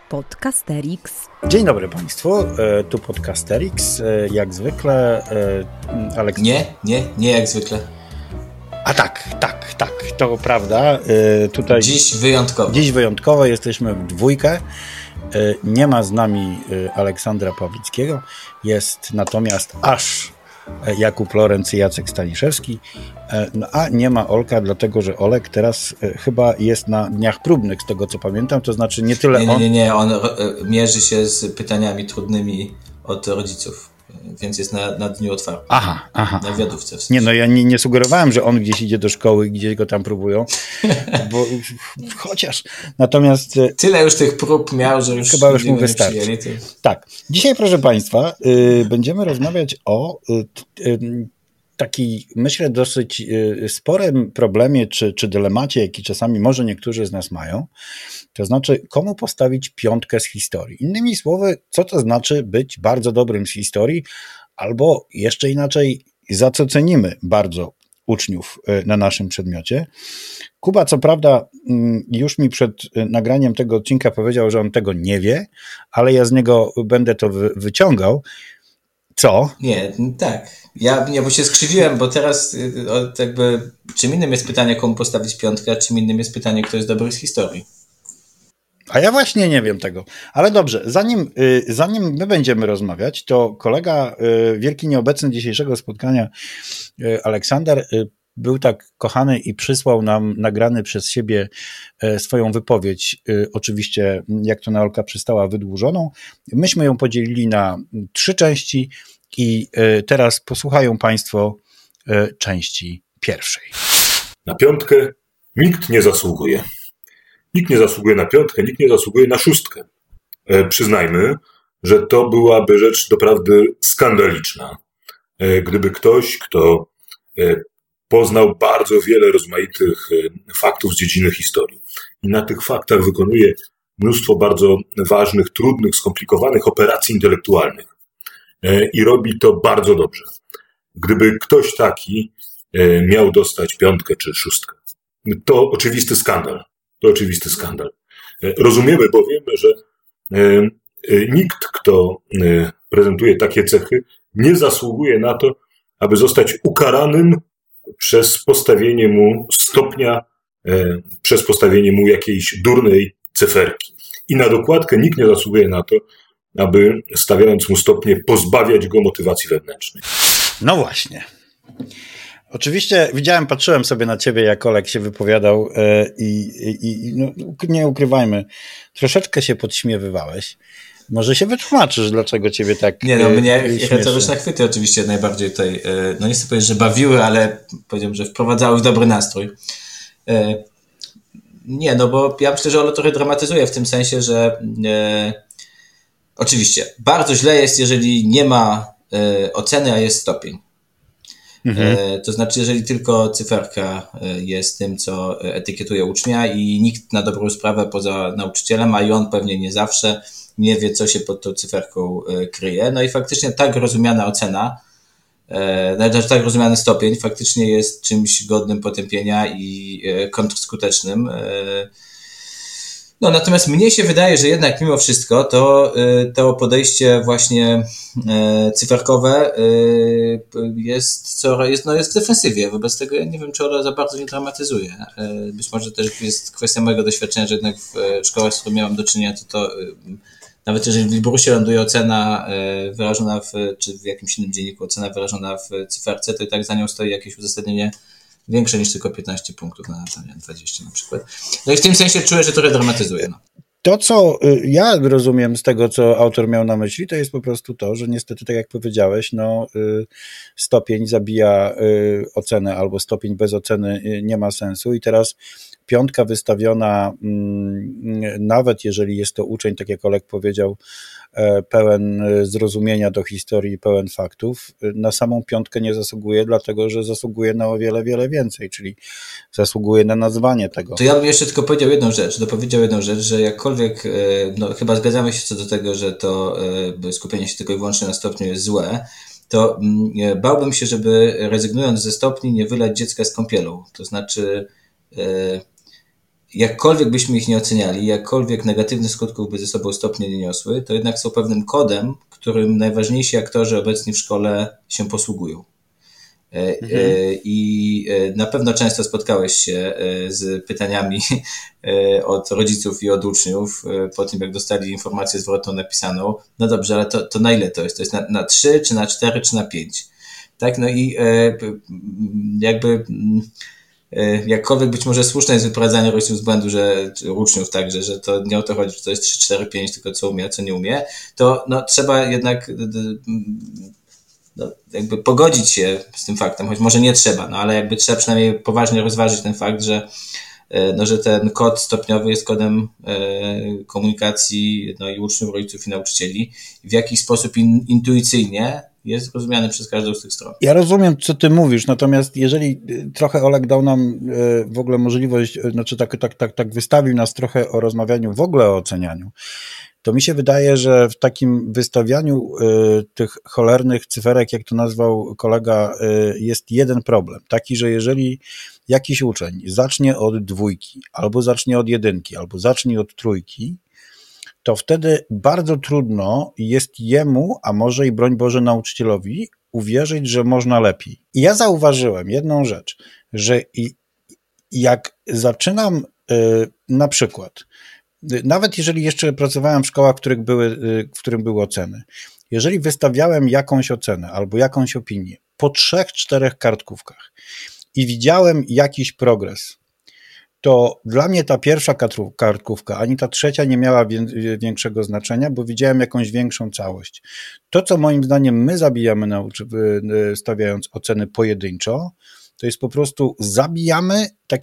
Podcasterix. Dzień dobry Państwu, tu Podcasterix, jak zwykle Aleks... Nie jak zwykle. A tak, to prawda. Tutaj Dziś wyjątkowo jesteśmy w dwójkę. Nie ma z nami Aleksandra Pawlickiego, jest natomiast aż Jakub Lorenz i Jacek Staniszewski, a nie ma Olka, dlatego że Olek teraz chyba jest na dniach próbnych, z tego co pamiętam, to znaczy nie tyle Nie, on mierzy się z pytaniami trudnymi od rodziców, więc jest na dniu otwartym. Aha. Na wiadówce w sensie. Nie, no ja nie sugerowałem, że on gdzieś idzie do szkoły, gdzieś go tam próbują, bo chociaż, natomiast... Tyle już tych prób miał, że już chyba już mu wystarczy. Tak. Dzisiaj, proszę Państwa, będziemy rozmawiać o taki, myślę, dosyć sporym problemie, czy dylemacie, jaki czasami może niektórzy z nas mają, to znaczy, komu postawić piątkę z historii. Innymi słowy, co to znaczy być bardzo dobrym z historii, albo jeszcze inaczej, za co cenimy bardzo uczniów na naszym przedmiocie. Kuba, co prawda, już mi przed nagraniem tego odcinka powiedział, że on tego nie wie, ale ja z niego będę to wyciągał. Co? Nie, tak. Ja bo się skrzywiłem, bo teraz jakby czym innym jest pytanie, komu postawić piątkę, a czym innym jest pytanie, kto jest dobry z historii. A ja właśnie nie wiem tego. Ale dobrze, zanim my będziemy rozmawiać, to kolega wielki nieobecny dzisiejszego spotkania, Aleksander, był tak kochany i przysłał nam nagrany przez siebie swoją wypowiedź, oczywiście jak to na Olka przystała, wydłużoną. Myśmy ją podzielili na 3 części i teraz posłuchają Państwo części pierwszej. Na piątkę nikt nie zasługuje. Nikt nie zasługuje na piątkę, nikt nie zasługuje na 6. Przyznajmy, że to byłaby rzecz doprawdy skandaliczna. Gdyby ktoś, kto poznał bardzo wiele rozmaitych faktów z dziedziny historii i na tych faktach wykonuje mnóstwo bardzo ważnych, trudnych, skomplikowanych operacji intelektualnych i robi to bardzo dobrze. Gdyby ktoś taki miał dostać 5 czy 6, to oczywisty skandal. To oczywisty skandal. Rozumiemy bowiem, że nikt, kto prezentuje takie cechy, nie zasługuje na to, aby zostać ukaranym przez postawienie mu stopnia, przez postawienie mu jakiejś durnej cyferki. I na dokładkę nikt nie zasługuje na to, aby stawiając mu stopnie pozbawiać go motywacji wewnętrznej. No właśnie. Oczywiście patrzyłem sobie na ciebie, jak Olek się wypowiadał i no, nie ukrywajmy, troszeczkę się podśmiewywałeś. Może się wytłumaczysz, dlaczego ciebie tak nie, no mnie retoryczne chwyty oczywiście najbardziej tutaj, no nie chcę powiedzieć, że bawiły, ale powiedziałem, że wprowadzały w dobry nastrój. Nie, no bo ja myślę, że ono trochę dramatyzuje w tym sensie, że oczywiście bardzo źle jest, jeżeli nie ma oceny, a jest stopień. To znaczy, jeżeli tylko cyferka jest tym, co etykietuje ucznia i nikt na dobrą sprawę poza nauczycielem, a i on pewnie nie zawsze nie wie, co się pod tą cyferką kryje. No i faktycznie tak rozumiana ocena, tak rozumiany stopień faktycznie jest czymś godnym potępienia i kontrskutecznym. No, natomiast mnie się wydaje, że jednak mimo wszystko to podejście właśnie cyferkowe jest w defensywie. Wobec tego ja nie wiem, czy ona za bardzo nie dramatyzuje. Być może też jest kwestia mojego doświadczenia, że jednak w szkołach, z którymi miałem do czynienia, to nawet jeżeli w Librusie ląduje ocena wyrażona czy w jakimś innym dzienniku ocena wyrażona w cyferce, to i tak za nią stoi jakieś uzasadnienie większe niż tylko 15 punktów na 20 na przykład. No i w tym sensie czuję, że trochę dramatyzuje. No. To, co ja rozumiem z tego, co autor miał na myśli, to jest po prostu to, że niestety, tak jak powiedziałeś, stopień zabija ocenę albo stopień bez oceny nie ma sensu i teraz 5 wystawiona, nawet jeżeli jest to uczeń, tak jak Olek powiedział, pełen zrozumienia do historii, pełen faktów, na samą 5 nie zasługuje, dlatego że zasługuje na o wiele, wiele więcej, czyli zasługuje na nazwanie tego. To ja bym jeszcze tylko powiedział jedną rzecz, że jakkolwiek, no chyba zgadzamy się co do tego, że to skupienie się tylko i wyłącznie na stopniu jest złe, to bałbym się, żeby rezygnując ze stopni nie wylać dziecka z kąpielą. To znaczy jakkolwiek byśmy ich nie oceniali, jakkolwiek negatywnych skutków by ze sobą stopnie nie niosły, to jednak są pewnym kodem, którym najważniejsi aktorzy obecni w szkole się posługują. I na pewno często spotkałeś się z pytaniami od rodziców i od uczniów po tym, jak dostali informację zwrotną napisaną. No dobrze, ale to na ile to jest? To jest na 3, czy na 4, czy na 5? Tak, no i jakby jakkolwiek być może słuszne jest wyprowadzanie rodziców z błędu, czy uczniów także, że to nie o to chodzi, że to jest 3, 4, 5, tylko co umie, a co nie umie, to no, trzeba jednak jakby pogodzić się z tym faktem, choć może nie trzeba, no ale jakby trzeba przynajmniej poważnie rozważyć ten fakt, że ten kod stopniowy jest kodem komunikacji i uczniów, rodziców i nauczycieli i w jakiś sposób intuicyjnie jest rozumiany przez każdą z tych stron. Ja rozumiem, co ty mówisz, natomiast jeżeli trochę Oleg dał nam w ogóle możliwość, znaczy tak wystawił nas trochę o rozmawianiu w ogóle o ocenianiu, to mi się wydaje, że w takim wystawianiu tych cholernych cyferek, jak to nazwał kolega, jest jeden problem. Taki, że jeżeli jakiś uczeń zacznie od 2, albo zacznie od 1, albo zacznie od 3, to wtedy bardzo trudno jest jemu, a może i broń Boże nauczycielowi, uwierzyć, że można lepiej. I ja zauważyłem jedną rzecz, że jak zaczynam na przykład, nawet jeżeli jeszcze pracowałem w szkołach, w których były oceny, jeżeli wystawiałem jakąś ocenę albo jakąś opinię po 3-4 kartkówkach i widziałem jakiś progres, to dla mnie ta pierwsza kartkówka, ani ta trzecia nie miała większego znaczenia, bo widziałem jakąś większą całość. To, co moim zdaniem my zabijamy, stawiając oceny pojedynczo, to jest po prostu zabijamy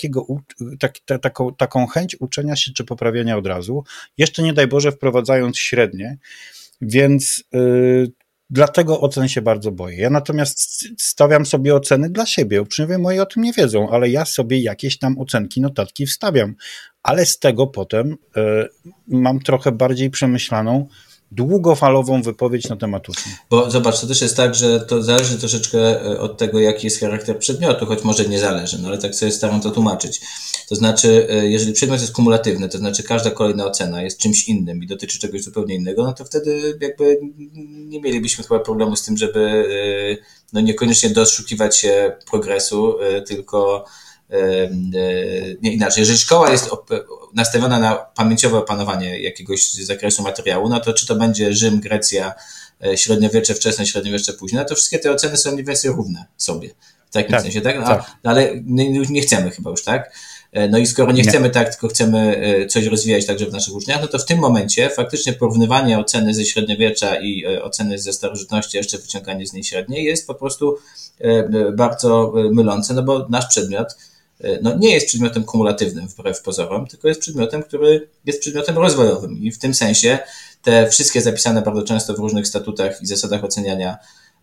taką chęć uczenia się czy poprawienia od razu, jeszcze nie daj Boże wprowadzając średnie, więc dlatego ocen się bardzo boję. Ja natomiast stawiam sobie oceny dla siebie, uczniowie moi o tym nie wiedzą, ale ja sobie jakieś tam ocenki, notatki wstawiam, ale z tego potem mam trochę bardziej przemyślaną, długofalową wypowiedź na temat uczniów. Bo zobacz, to też jest tak, że to zależy troszeczkę od tego, jaki jest charakter przedmiotu, choć może nie zależy, no ale tak sobie staram to tłumaczyć. To znaczy, jeżeli przedmiot jest kumulatywny, to znaczy każda kolejna ocena jest czymś innym i dotyczy czegoś zupełnie innego, no to wtedy jakby nie mielibyśmy chyba problemu z tym, żeby niekoniecznie doszukiwać się progresu, tylko nie inaczej. Jeżeli szkoła jest nastawiona na pamięciowe opanowanie jakiegoś zakresu materiału, no to czy to będzie Rzym, Grecja, średniowiecze wczesne, średniowiecze późne, no to wszystkie te oceny są mniej więcej równe sobie. W takim sensie, tak? Ale nie chcemy chyba już, tak? No i skoro nie chcemy tak, tylko chcemy coś rozwijać także w naszych uczniach, no to w tym momencie faktycznie porównywanie oceny ze średniowiecza i oceny ze starożytności, jeszcze wyciąganie z niej średniej jest po prostu bardzo mylące, no bo nasz przedmiot nie jest przedmiotem kumulatywnym wbrew pozorom, tylko jest przedmiotem, który jest przedmiotem rozwojowym i w tym sensie te wszystkie zapisane bardzo często w różnych statutach i zasadach oceniania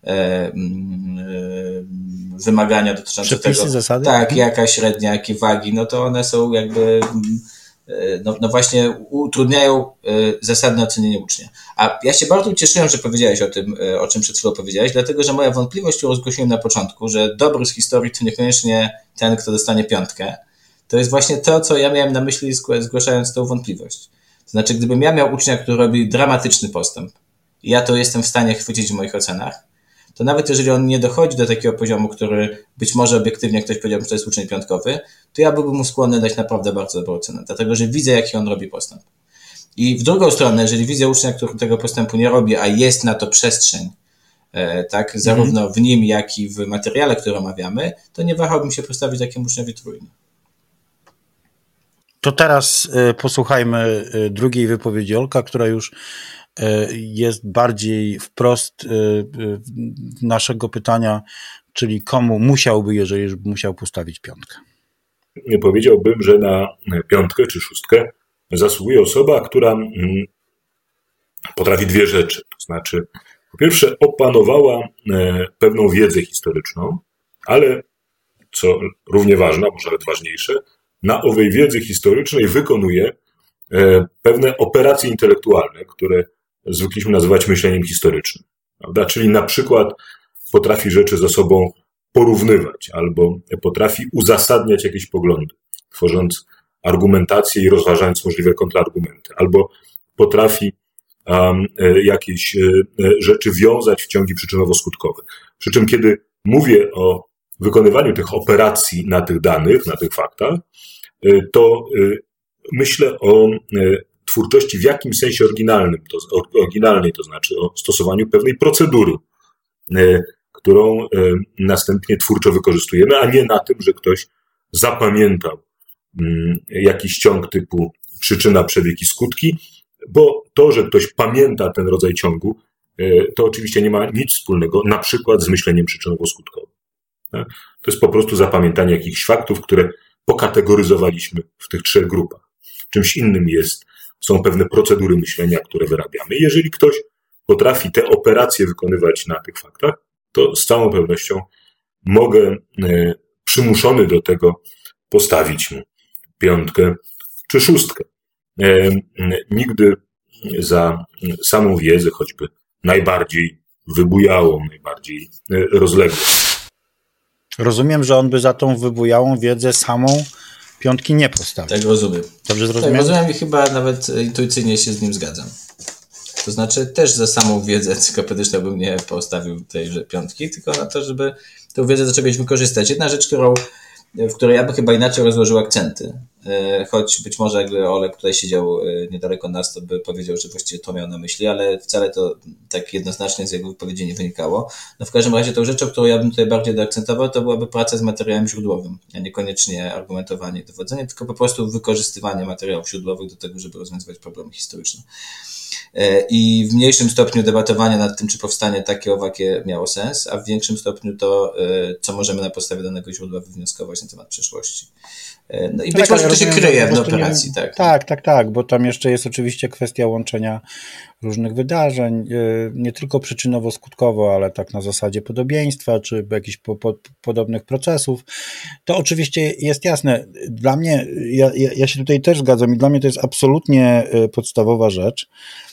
wymagania dotyczące przepisy, tego, zasady? Tak, jaka średnia, jakie wagi, no to one są jakby właśnie utrudniają zasadne ocenienie ucznia. A ja się bardzo ucieszyłem, że powiedziałeś o tym, o czym przed chwilą powiedziałeś, dlatego, że moja wątpliwość, którą zgłosiłem na początku, że dobry z historii to niekoniecznie ten, kto dostanie 5, to jest właśnie to, co ja miałem na myśli zgłaszając tą wątpliwość. To znaczy, gdybym ja miał ucznia, który robi dramatyczny postęp i ja to jestem w stanie chwycić w moich ocenach, to nawet jeżeli on nie dochodzi do takiego poziomu, który być może obiektywnie ktoś powiedział, że to jest uczeń 5, to ja byłbym mu skłonny dać naprawdę bardzo dobrą ocenę, dlatego że widzę, jaki on robi postęp. I w drugą stronę, jeżeli widzę ucznia, który tego postępu nie robi, a jest na to przestrzeń, tak, zarówno w nim, jak i w materiale, który omawiamy, to nie wahałbym się postawić takiemu uczniowi 3. To teraz posłuchajmy drugiej wypowiedzi Olka, która już jest bardziej wprost naszego pytania, czyli komu musiałby, jeżeli musiał postawić 5. Nie powiedziałbym, że na 5 czy 6 zasługuje osoba, która potrafi 2 rzeczy. To znaczy, po pierwsze, opanowała pewną wiedzę historyczną, ale co równie ważne, może nawet ważniejsze, na owej wiedzy historycznej wykonuje pewne operacje intelektualne, które zwykliśmy nazywać myśleniem historycznym. Prawda? Czyli na przykład potrafi rzeczy ze sobą porównywać albo potrafi uzasadniać jakieś poglądy, tworząc argumentację i rozważając możliwe kontrargumenty, albo potrafi jakieś rzeczy wiązać w ciągi przyczynowo-skutkowe. Przy czym kiedy mówię o wykonywaniu tych operacji na tych danych, na tych faktach, to myślę o twórczości w jakimś sensie oryginalnej, to znaczy o stosowaniu pewnej procedury, którą następnie twórczo wykorzystujemy, a nie na tym, że ktoś zapamiętał jakiś ciąg typu przyczyna, przebieg i skutki, bo to, że ktoś pamięta ten rodzaj ciągu, to oczywiście nie ma nic wspólnego na przykład z myśleniem przyczynowo-skutkowym. To jest po prostu zapamiętanie jakichś faktów, które pokategoryzowaliśmy w tych 3 grupach. Czymś innym są pewne procedury myślenia, które wyrabiamy. Jeżeli ktoś potrafi te operacje wykonywać na tych faktach, to z całą pewnością mogę przymuszony do tego postawić mu 5 czy 6. Nigdy za samą wiedzę, choćby najbardziej wybujałą, najbardziej rozległą. Rozumiem, że on by za tą wybujałą wiedzę samą 5 nie postawił. Tak rozumiem. Dobrze zrozumiałem? Tak rozumiem i chyba nawet intuicyjnie się z nim zgadzam. To znaczy też za samą wiedzę encyklopedyczną bym nie postawił tejże 5, tylko na to, żeby tę wiedzę do czegoś wykorzystać. Jedna rzecz, w której ja bym chyba inaczej rozłożył akcenty, choć być może jakby Olek tutaj siedział niedaleko nas, to by powiedział, że właściwie to miał na myśli, ale wcale to tak jednoznacznie z jego wypowiedzi nie wynikało. No w każdym razie tą rzeczą, którą ja bym tutaj bardziej doakcentował, to byłaby praca z materiałem źródłowym, a niekoniecznie argumentowanie i dowodzenie, tylko po prostu wykorzystywanie materiałów źródłowych do tego, żeby rozwiązywać problemy historyczne. I w mniejszym stopniu debatowanie nad tym, czy powstanie takie owakie miało sens, a w większym stopniu to, co możemy na podstawie danego źródła wywnioskować na temat przyszłości. No i być może to się kryje w operacji. Tak, bo tam jeszcze jest oczywiście kwestia łączenia różnych wydarzeń, nie tylko przyczynowo-skutkowo, ale tak na zasadzie podobieństwa, czy jakichś podobnych procesów. To oczywiście jest jasne. Dla mnie, ja się tutaj też zgadzam i dla mnie to jest absolutnie podstawowa rzecz,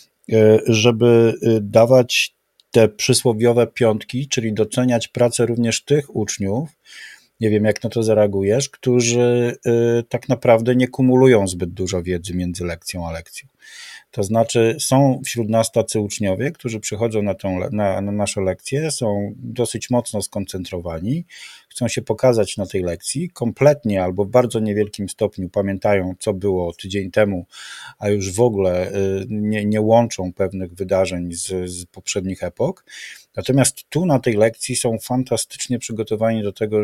żeby dawać te przysłowiowe 5, czyli doceniać pracę również tych uczniów, nie wiem jak na to zareagujesz, którzy tak naprawdę nie kumulują zbyt dużo wiedzy między lekcją a lekcją. To znaczy są wśród nas tacy uczniowie, którzy przychodzą na nasze lekcje, są dosyć mocno skoncentrowani, chcą się pokazać na tej lekcji, kompletnie albo w bardzo niewielkim stopniu pamiętają, co było tydzień temu, a już w ogóle nie łączą pewnych wydarzeń z poprzednich epok. Natomiast tu na tej lekcji są fantastycznie przygotowani do tego,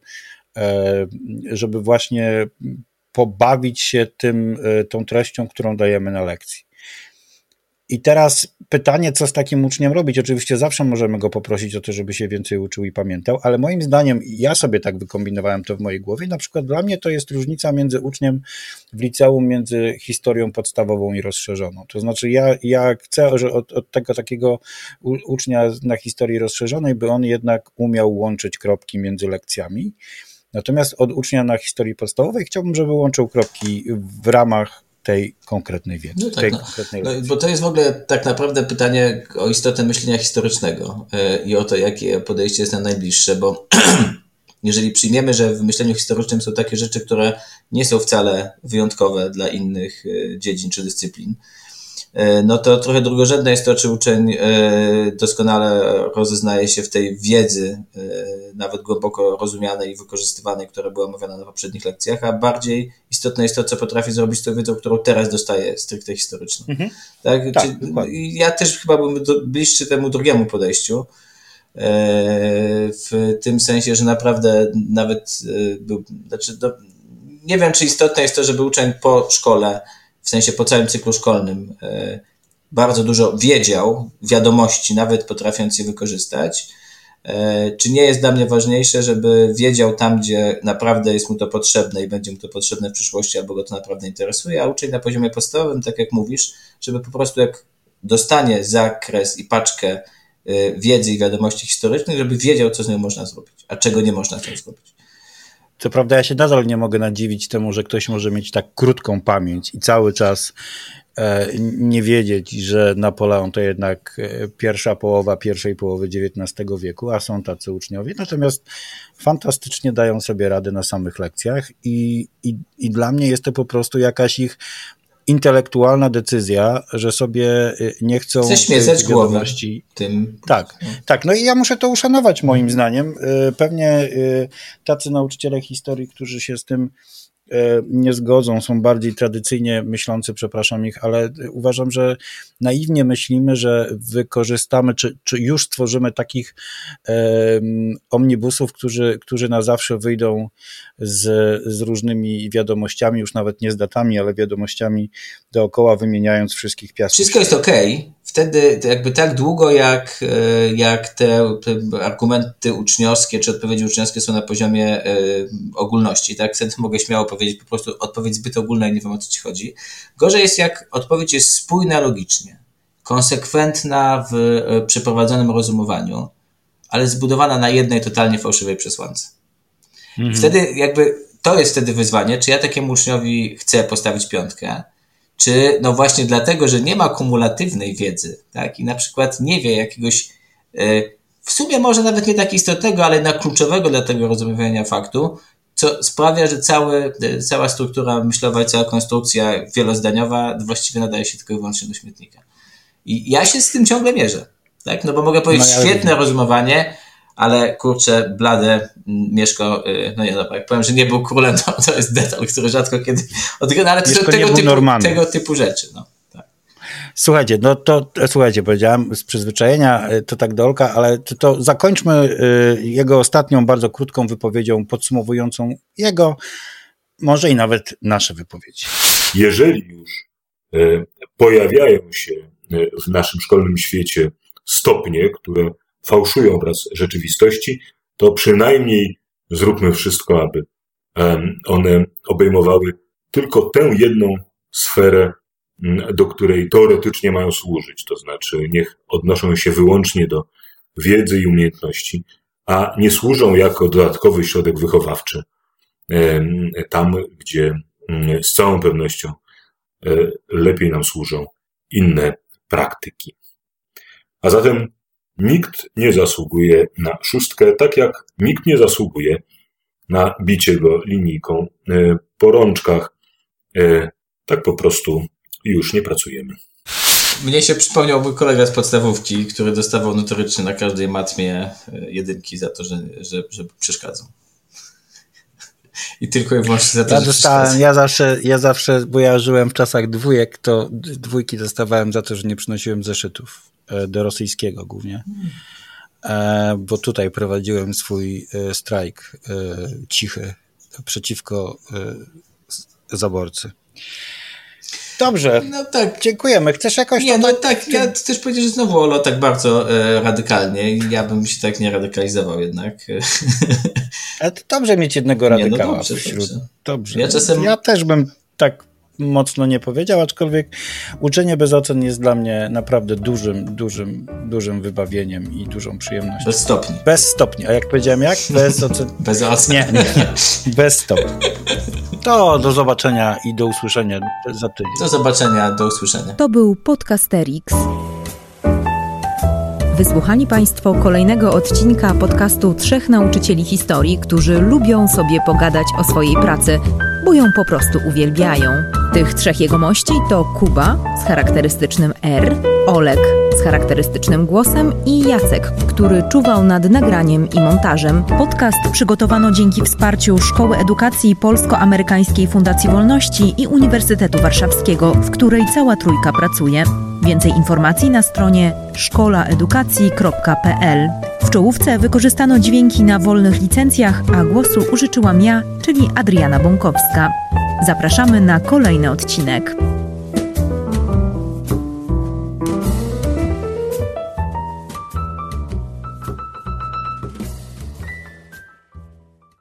żeby właśnie pobawić się tą treścią, którą dajemy na lekcji. I teraz pytanie, co z takim uczniem robić? Oczywiście zawsze możemy go poprosić o to, żeby się więcej uczył i pamiętał, ale moim zdaniem, ja sobie tak wykombinowałem to w mojej głowie, na przykład dla mnie to jest różnica między uczniem w liceum, między historią podstawową i rozszerzoną. To znaczy ja chcę, że od tego takiego ucznia na historii rozszerzonej, by on jednak umiał łączyć kropki między lekcjami. Natomiast od ucznia na historii podstawowej chciałbym, żeby łączył kropki w ramach tej konkretnej wiedzy. No tak, bo to jest w ogóle tak naprawdę pytanie o istotę myślenia historycznego i o to, jakie podejście jest nam najbliższe, bo jeżeli przyjmiemy, że w myśleniu historycznym są takie rzeczy, które nie są wcale wyjątkowe dla innych dziedzin czy dyscyplin, no to trochę drugorzędne jest to, czy uczeń doskonale rozeznaje się w tej wiedzy, nawet głęboko rozumianej i wykorzystywanej, która była omawiana na poprzednich lekcjach, a bardziej istotne jest to, co potrafi zrobić z tą wiedzą, którą teraz dostaje stricte historyczną. Mhm. Tak? Ja też chyba byłbym bliższy temu drugiemu podejściu, w tym sensie, że naprawdę nawet nie wiem, czy istotne jest to, żeby uczeń po szkole, w sensie po całym cyklu szkolnym, bardzo dużo wiedział, wiadomości, nawet potrafiąc je wykorzystać. Czy nie jest dla mnie ważniejsze, żeby wiedział tam, gdzie naprawdę jest mu to potrzebne i będzie mu to potrzebne w przyszłości, albo go to naprawdę interesuje, a uczeń na poziomie podstawowym, tak jak mówisz, żeby po prostu jak dostanie zakres i paczkę wiedzy i wiadomości historycznych, żeby wiedział, co z nią można zrobić, a czego nie można z nią zrobić. Co prawda ja się nadal nie mogę nadziwić temu, że ktoś może mieć tak krótką pamięć i cały czas nie wiedzieć, że Napoleon to jednak pierwszej połowy XIX wieku, a są tacy uczniowie, natomiast fantastycznie dają sobie radę na samych lekcjach i dla mnie jest to po prostu jakaś ich intelektualna decyzja, że sobie nie chcą zaśmiecać głowę tym. Tak, no i ja muszę to uszanować moim zdaniem. Pewnie tacy nauczyciele historii, którzy się z tym nie zgodzą, są bardziej tradycyjnie myślący, przepraszam ich, ale uważam, że naiwnie myślimy, że wykorzystamy, czy już stworzymy takich omnibusów, którzy na zawsze wyjdą z różnymi wiadomościami, już nawet nie z datami, ale wiadomościami dookoła, wymieniając wszystkich piastów. Wszystko jest okej. Wtedy jakby tak długo, jak te argumenty uczniowskie czy odpowiedzi uczniowskie są na poziomie ogólności, tak? Wtedy mogę śmiało powiedzieć po prostu odpowiedź zbyt ogólna i nie wiem, o co ci chodzi. Gorzej jest, jak odpowiedź jest spójna logicznie, konsekwentna w przeprowadzonym rozumowaniu, ale zbudowana na jednej totalnie fałszywej przesłance. I wtedy jakby to jest wtedy wyzwanie, czy ja takiemu uczniowi chcę postawić 5, czy no właśnie dlatego, że nie ma kumulatywnej wiedzy, tak? I na przykład nie wie jakiegoś, w sumie może nawet nie tak istotnego, ale na kluczowego dla tego rozumienia faktu, co sprawia, że cała struktura myślowa i cała konstrukcja wielozdaniowa właściwie nadaje się tylko i wyłącznie do śmietnika. I ja się z tym ciągle mierzę, tak? No bo mogę powiedzieć świetne rozumowanie, ale kurczę, blade Mieszko, no nie dobra, jak powiem, że nie był królem, to jest detal, który rzadko kiedy odgrywa, ale tego typu rzeczy. No, tak. Słuchajcie, powiedziałem z przyzwyczajenia to tak do oka, ale to zakończmy jego ostatnią, bardzo krótką wypowiedzią podsumowującą jego, może i nawet nasze wypowiedzi. Jeżeli już pojawiają się w naszym szkolnym świecie stopnie, które fałszują obraz rzeczywistości, to przynajmniej zróbmy wszystko, aby one obejmowały tylko tę jedną sferę, do której teoretycznie mają służyć. To znaczy niech odnoszą się wyłącznie do wiedzy i umiejętności, a nie służą jako dodatkowy środek wychowawczy tam, gdzie z całą pewnością lepiej nam służą inne praktyki. A zatem nikt nie zasługuje na 6, tak jak nikt nie zasługuje na bicie go linijką po rączkach. Tak po prostu już nie pracujemy. Mnie się przypomniał mój kolega z podstawówki, który dostawał notorycznie na każdej matmie 1 za to, że przeszkadzał. I tylko i wyłącznie za to, ja zawsze, bo ja żyłem w czasach 2, to 2 dostawałem za to, że nie przynosiłem zeszytów do rosyjskiego głównie, bo tutaj prowadziłem swój strajk cichy przeciwko zaborcy. Dobrze, no tak. Dziękujemy. Chcesz jakoś... Nie, no tak, ja też powiedzieć, że znowu Olo tak bardzo radykalnie. Ja bym się tak nie radykalizował jednak. Ale to dobrze mieć jednego radykała wśród. Dobrze. Ja też bym tak mocno nie powiedział, aczkolwiek uczenie bez ocen jest dla mnie naprawdę dużym wybawieniem i dużą przyjemnością. Bez stopni. Bez stopni. A jak powiedziałem jak? Bez ocen. Bez ocen. Nie. Bez stopni. To do zobaczenia i do usłyszenia za tydzień. Do zobaczenia, do usłyszenia. To był Podcasterix. Wysłuchali Państwo kolejnego odcinka podcastu 3 nauczycieli historii, którzy lubią sobie pogadać o swojej pracy, bo ją po prostu uwielbiają. Tych 3 jegomości to Kuba z charakterystycznym R, Olek z charakterystycznym głosem i Jacek, który czuwał nad nagraniem i montażem. Podcast przygotowano dzięki wsparciu Szkoły Edukacji Polsko-Amerykańskiej Fundacji Wolności i Uniwersytetu Warszawskiego, w której cała trójka pracuje. Więcej informacji na stronie szkolaedukacji.pl. W czołówce wykorzystano dźwięki na wolnych licencjach, a głosu użyczyłam ja, czyli Adriana Bąkowska. Zapraszamy na kolejny odcinek.